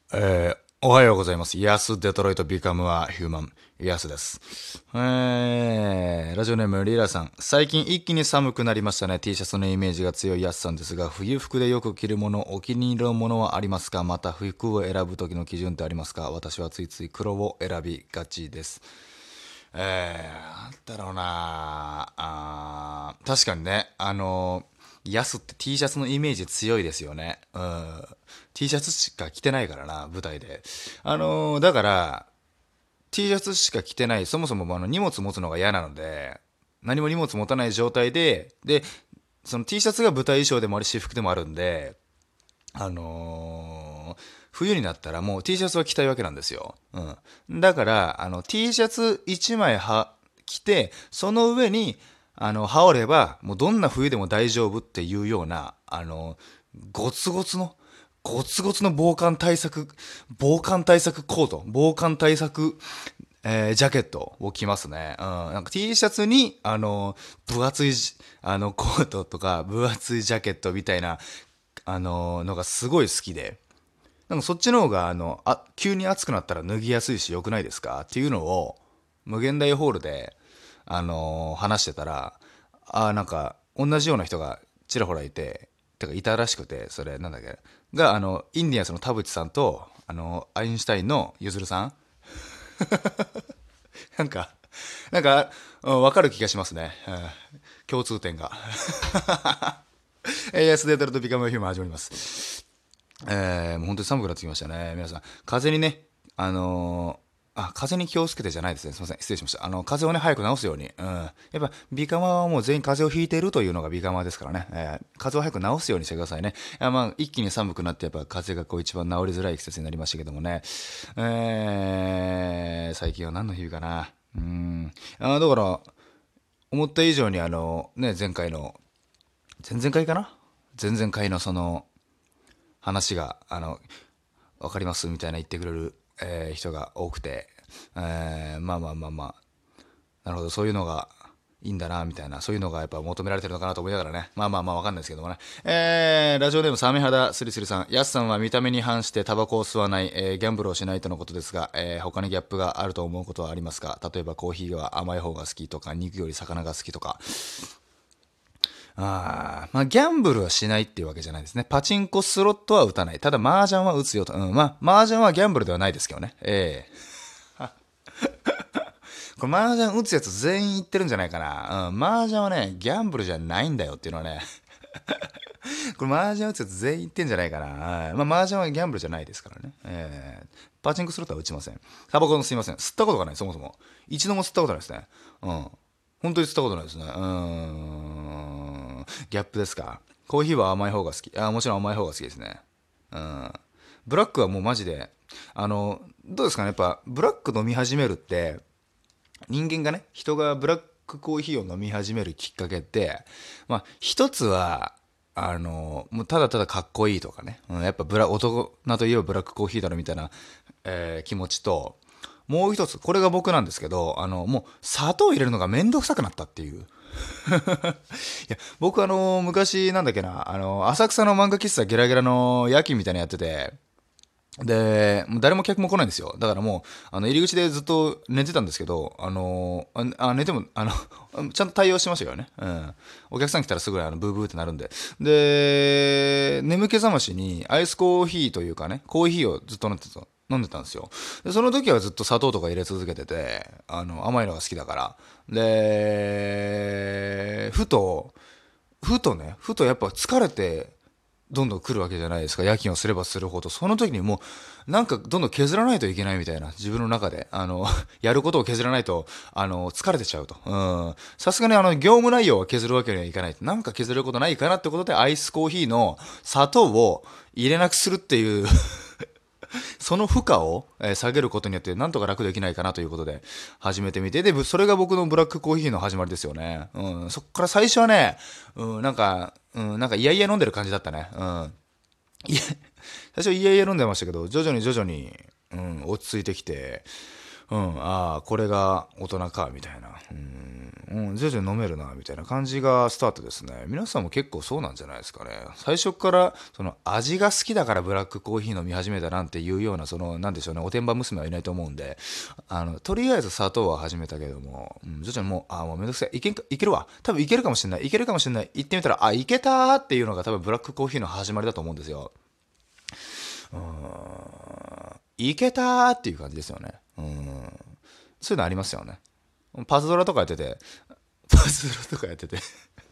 おはようございます。イエス・デトロイト・ビカム・ア・ヒューマン。イエスです。ラジオネームリラさん。最近一気に寒くなりましたね。T シャツのイメージが強いイエスさんですが、冬服でよく着るもの、お気に入りのものはありますか？また服を選ぶ時の基準ってありますか？私はついつい黒を選びがちです。なんだろうな確かにね、ヤスって T シャツのイメージ強いですよね。うん。T シャツしか着てないからな、舞台で。だから、T シャツしか着てない、そもそも荷物持つのが嫌なので、何も荷物持たない状態で、その T シャツが舞台衣装でもあり私服でもあるんで、冬になったらもう T シャツは着たいわけなんですよ。うん。だから、T シャツ1枚着て、その上に、羽織れば、もうどんな冬でも大丈夫っていうような、ゴツゴツの、ゴツゴツの防寒対策コート、防寒対策、ジャケットを着ますね。うん。なんか T シャツに、分厚い、コートとか、分厚いジャケットみたいな、のがすごい好きで、なんかそっちの方が、急に暑くなったら脱ぎやすいし良くないですかっていうのを、無限大ホールで、話してたら、なんか、同じような人がちらほらいて、てかいたらしくて、それ、なんだっけ、が、インディアンスの田淵さんと、アインシュタインのゆずるさんなんか、わかる気がしますね。共通点が。スデータルとビカムヒューマン始まります。もう本当に寒くなってきましたね。皆さん、風にね、風に気をつけてじゃないですね。すみません。失礼しました。風邪をね、早く治すように。やっぱ、ビカマはもう全員風邪をひいているというのがビカマですからね。風邪を早く治すようにしてくださいね。一気に寒くなって、やっぱ風邪がこう一番治りづらい季節になりましたけどもね。最近は何の日々かな。だから、思った以上に前回の、前々回かな前々回のその、話が、わかりますみたいな言ってくれる、人が多くて、なるほど、そういうのがいいんだな、みたいな、そういうのがやっぱ求められてるのかなと思いながらね、わかんないですけどもね。ラジオネームサメ肌スリスリさん、ヤスさんは見た目に反してタバコを吸わない、ギャンブルをしないとのことですが、他にギャップがあると思うことはありますか？例えばコーヒーは甘い方が好きとか、肉より魚が好きとか。ギャンブルはしないっていうわけじゃないですね。パチンコ、スロットは打たない。ただ、麻雀は打つよと。麻雀はギャンブルではないですけどね。これ麻雀打つやつ全員言ってるんじゃないかな。麻雀はね、ギャンブルじゃないんだよっていうのはね、これ麻雀打つやつ全員言ってんじゃないかな。麻雀はギャンブルじゃないですからね。パチンコスロットは打ちません。タバコのすいません。吸ったことがない、そもそも。一度も吸ったことないですね。うん。本当に吸ったことないですね。ギャップですか？コーヒーは甘い方が好き。もちろん甘い方が好きですね。うん。ブラックはもうマジで、どうですかね、やっぱ、ブラック飲み始めるって、人間がね、人がブラックコーヒーを飲み始めるきっかけって、一つは、もうただただかっこいいとかね、やっぱ大人といえばブラックコーヒーだろみたいな、気持ちと、もう一つ、これが僕なんですけど、もう砂糖入れるのがめんどくさくなったっていう。いや、僕昔なんだっけな、浅草の漫画喫茶ゲラゲラの夜勤みたいなのやってて、で、もう誰も客も来ないんですよ。だからもう、入り口でずっと寝てたんですけど、寝ても、ちゃんと対応しましたよね。うん。お客さん来たらすぐブーブーってなるんで。で、眠気覚ましにアイスコーヒーというかね、コーヒーをずっと飲んでたんですよ。で、その時はずっと砂糖とか入れ続けてて、甘いのが好きだから。で、ふとやっぱ疲れて、どんどん来るわけじゃないですか。夜勤をすればするほど。その時にもう、なんかどんどん削らないといけないみたいな。自分の中で。やることを削らないと、疲れてちゃうと。うん。さすがに業務内容は削るわけにはいかない。なんか削れることないかなってことで、アイスコーヒーの砂糖を入れなくするっていうその負荷を下げることによってなんとか楽できないかなということで始めてみて、で、それが僕のブラックコーヒーの始まりですよね。うん、そっから最初はね、なんかいやいや飲んでる感じだったね。いや、最初いやいや飲んでましたけど、徐々に、落ち着いてきて、 ああ、これが大人か、みたいな。徐々に飲めるな、みたいな感じがスタートですね。皆さんも結構そうなんじゃないですかね。最初から、その味が好きだからブラックコーヒー飲み始めたなんていうような、その、なんでしょうね、おてんば娘はいないと思うんで、とりあえず砂糖は始めたけども、徐々にもう、もうめんどくさい。いけるわ。多分いけるかもしれない。いけるかもしれない。行ってみたら、いけたーっていうのが多分ブラックコーヒーの始まりだと思うんですよ。いけたーっていう感じですよね。そういうのありますよね。パズドラとかやってて、パズドラとかやってて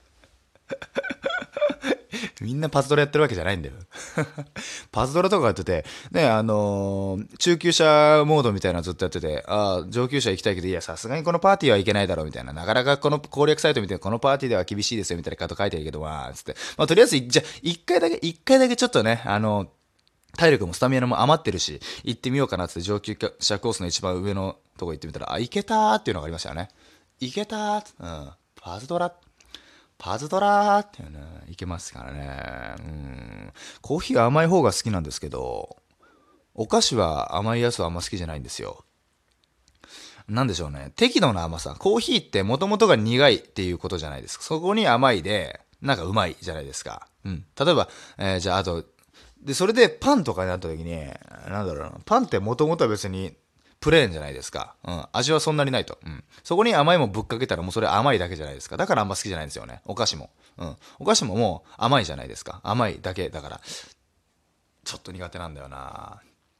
みんなパズドラやってるわけじゃないんだよパズドラとかやってて、ね、中級者モードみたいなのずっとやってて、上級者行きたいけど、いや、さすがにこのパーティーはいけないだろうみたいな、なかなかこの攻略サイト見て、このパーティーでは厳しいですよみたいなこと書いてあるけど、つって。とりあえず、じゃあ、一回だけちょっとね、体力もスタミナも余ってるし、行ってみようかなって上級者コースの一番上のとこ行ってみたら、行けたーっていうのがありましたよね。行けたー、パズドラ、パズドラーっていうね、いけますからね。コーヒーは甘い方が好きなんですけど、お菓子は甘いやつはあんま好きじゃないんですよ。なんでしょうね。適度な甘さ。コーヒーって元々が苦いっていうことじゃないですか。そこに甘いで、なんかうまいじゃないですか。例えば、じゃああと、で、それでパンとかになった時に、なんだろうな。パンって元々は別にプレーンじゃないですか。味はそんなにないと。そこに甘いもんぶっかけたらもうそれ甘いだけじゃないですか。だからあんま好きじゃないんですよね。お菓子も。お菓子ももう甘いじゃないですか。甘いだけだから。ちょっと苦手なんだよな。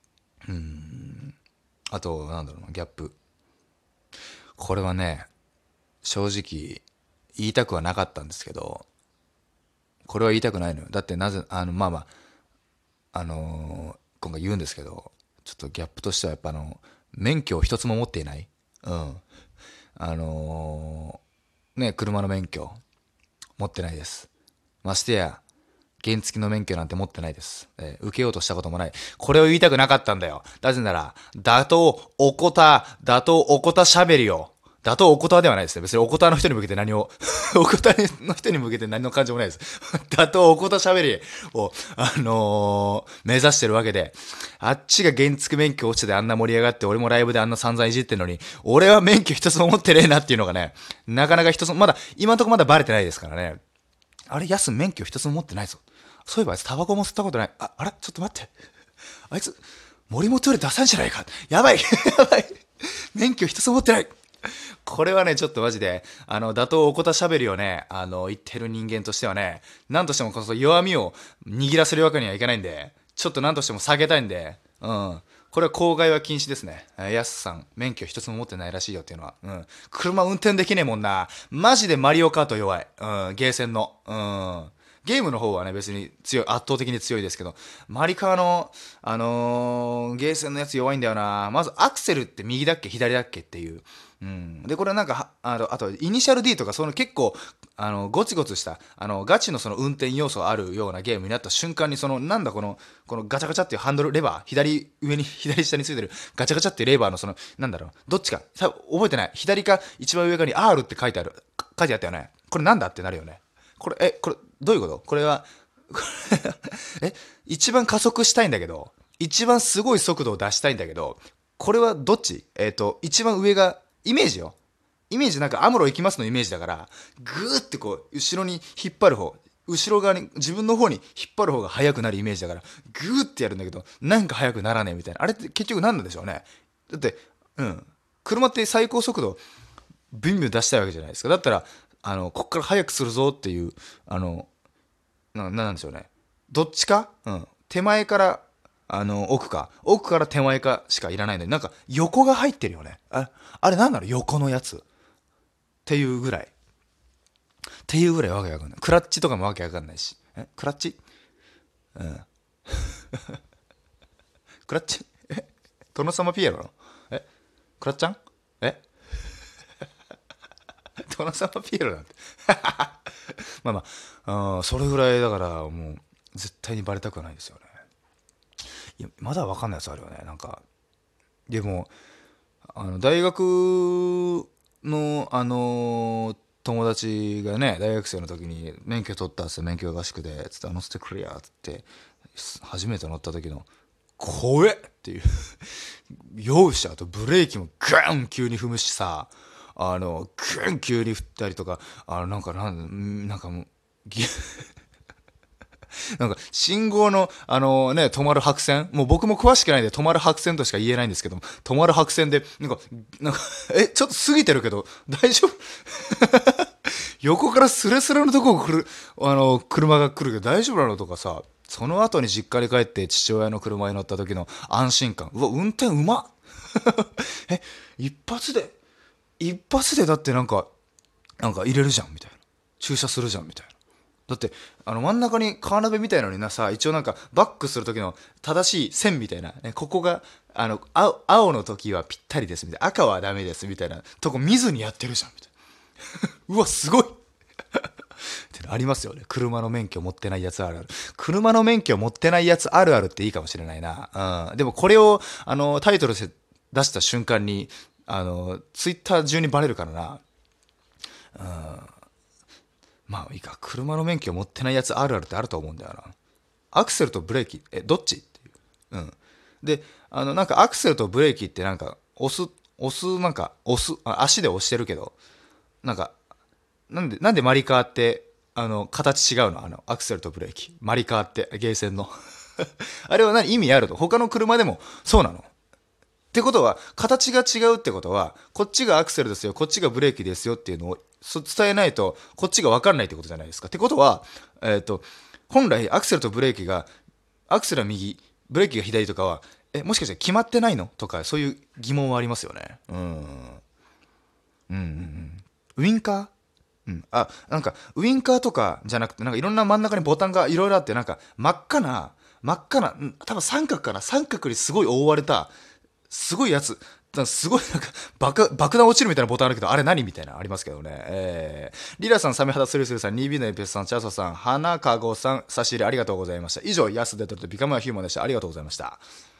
あと、なんだろうな、ギャップ。これはね、正直、言いたくはなかったんですけど、これは言いたくないのよ。だってなぜ、今回言うんですけど、ちょっとギャップとしてはやっぱ免許を一つも持っていない。うん。あの車の免許、持ってないです。ましてや、原付の免許なんて持ってないです。受けようとしたこともない。これを言いたくなかったんだよ。なぜなら、打倒おこたしゃべりを。打倒おこたではないですね。別におこたの人に向けて何を、おこたの人に向けて何の感情もないです。打倒おこたしゃべりを、目指してるわけで、あっちが原付免許落ちててあんな盛り上がって、俺もライブであんな散々いじってんのに、俺は免許一つも持ってねえなっていうのがね、なかなか一つも、まだ、今んとこまだバレてないですからね。あれ、ヤス免許一つも持ってないぞ。そういえばあいつタバコも吸ったことない。あれちょっと待って。あいつ、森本より出さんじゃないか。やばいやばい免許一つも持ってない。これはね、ちょっとマジで、打倒おこたしゃべりをね、言ってる人間としてはね、なんとしてもこの弱みを握らせるわけにはいかないんで、ちょっとなんとしても下げたいんで、これは公害は禁止ですね。やすさん、免許一つも持ってないらしいよっていうのは。車運転できねえもんな。マジでマリオカート弱い。ゲーセンの。ゲームの方はね、別に強い、圧倒的に強いですけど、マリカーの、ゲーセンのやつ弱いんだよな。まずアクセルって右だっけ左だっけっていう。で、これなんか、あと、イニシャル D とか、その結構、ゴツゴツした、ガチのその運転要素あるようなゲームになった瞬間に、なんだこのガチャガチャっていうハンドル、レバー、左上に、左下についてるガチャガチャっていうレバーのなんだろう、どっちか、覚えてない。左か一番上かに R って書いてある、書いてあったよね。これなんだってなるよね。これ、どういうこと？これは、一番加速したいんだけど、一番すごい速度を出したいんだけど、これはどっち？一番上が、イメージよ。イメージなんかアムロ行きますのイメージだから、ぐーってこう、後ろに引っ張る方、後ろ側に、自分の方に引っ張る方が速くなるイメージだから、ぐーってやるんだけど、なんか速くならねえみたいな。あれって結局何なんでしょうね。だって、車って最高速度、ビンビン出したいわけじゃないですか。だったら、こっから速くするぞっていう、なんでしょうね。どっちか、手前から、奥か。奥から手前かしかいらないのに、なんか横が入ってるよね。あれなんなの横のやつ。っていうぐらい。っていうぐらいわけわかんない。クラッチとかもわけわかんないし。クラッチクラッチ殿様ピエロなの？クラッチャン殿様ピエロなんてまあまあ、それぐらいだからもう絶対にバレたくはないですよね。いや、まだわかんないやつあるよね。なんか、でも、大学の、友達がね、大学生の時に免許取ったっつって免許合宿で、つって乗せてくれや、つって、初めて乗った時の怖えっていう酔うし、あとブレーキもガン急に踏むしさ、ガン急に振ったりとか、なんかもうなんか信号の止まる白線、もう僕も詳しくないんで止まる白線としか言えないんですけども、止まる白線でなんかちょっと過ぎてるけど大丈夫横からスレスレのとこ来る車が来るけど大丈夫なのとかさ、その後に実家に帰って父親の車に乗った時の安心感、うわ運転うまっえ一発でだってなんか入れるじゃんみたいな、駐車するじゃんみたいな。だって真ん中にカーナビみたいなのにさ、一応なんかバックする時の正しい線みたいな、ね、ここが青の時はぴったりですみたいな、赤はダメですみたいなとこ見ずにやってるじゃんみたいなうわすごいってありますよね。車の免許持ってないやつあるある。車の免許持ってないやつあるあるっていいかもしれないな。でもこれをタイトルで出した瞬間にツイッター中にバレるからな。まあいいか。車の免許持ってないやつあるあるってあると思うんだよな。アクセルとブレーキどっちっていう。でなんかアクセルとブレーキってなんか押す足で押してるけど、なんでマリカーって形違うの、アクセルとブレーキマリカーってゲーセンのあれは意味あると？他の車でもそうなのってことは、形が違うってことは、こっちがアクセルですよ、こっちがブレーキですよっていうのを伝えないとこっちが分かんないってことじゃないですか。ってことは本来アクセルとブレーキが、アクセルは右ブレーキが左とかはもしかして決まってないのとか、そういう疑問はありますよね。ウインカー、なんかウインカーとかじゃなくて、なんかいろんな真ん中にボタンがいろいろあって、なんか真っ赤な多分三角かな、三角にすごい覆われたすごいやつ、すごいなんか爆弾落ちるみたいなボタンあるけど、あれ何みたいなありますけどね。リラさん、サメ肌スルスルさん、2B のエペスさん、チャーソさん、花かごさん、差し入れありがとうございました。以上、ヤスデトルとビカムアヒューマンでした。ありがとうございました。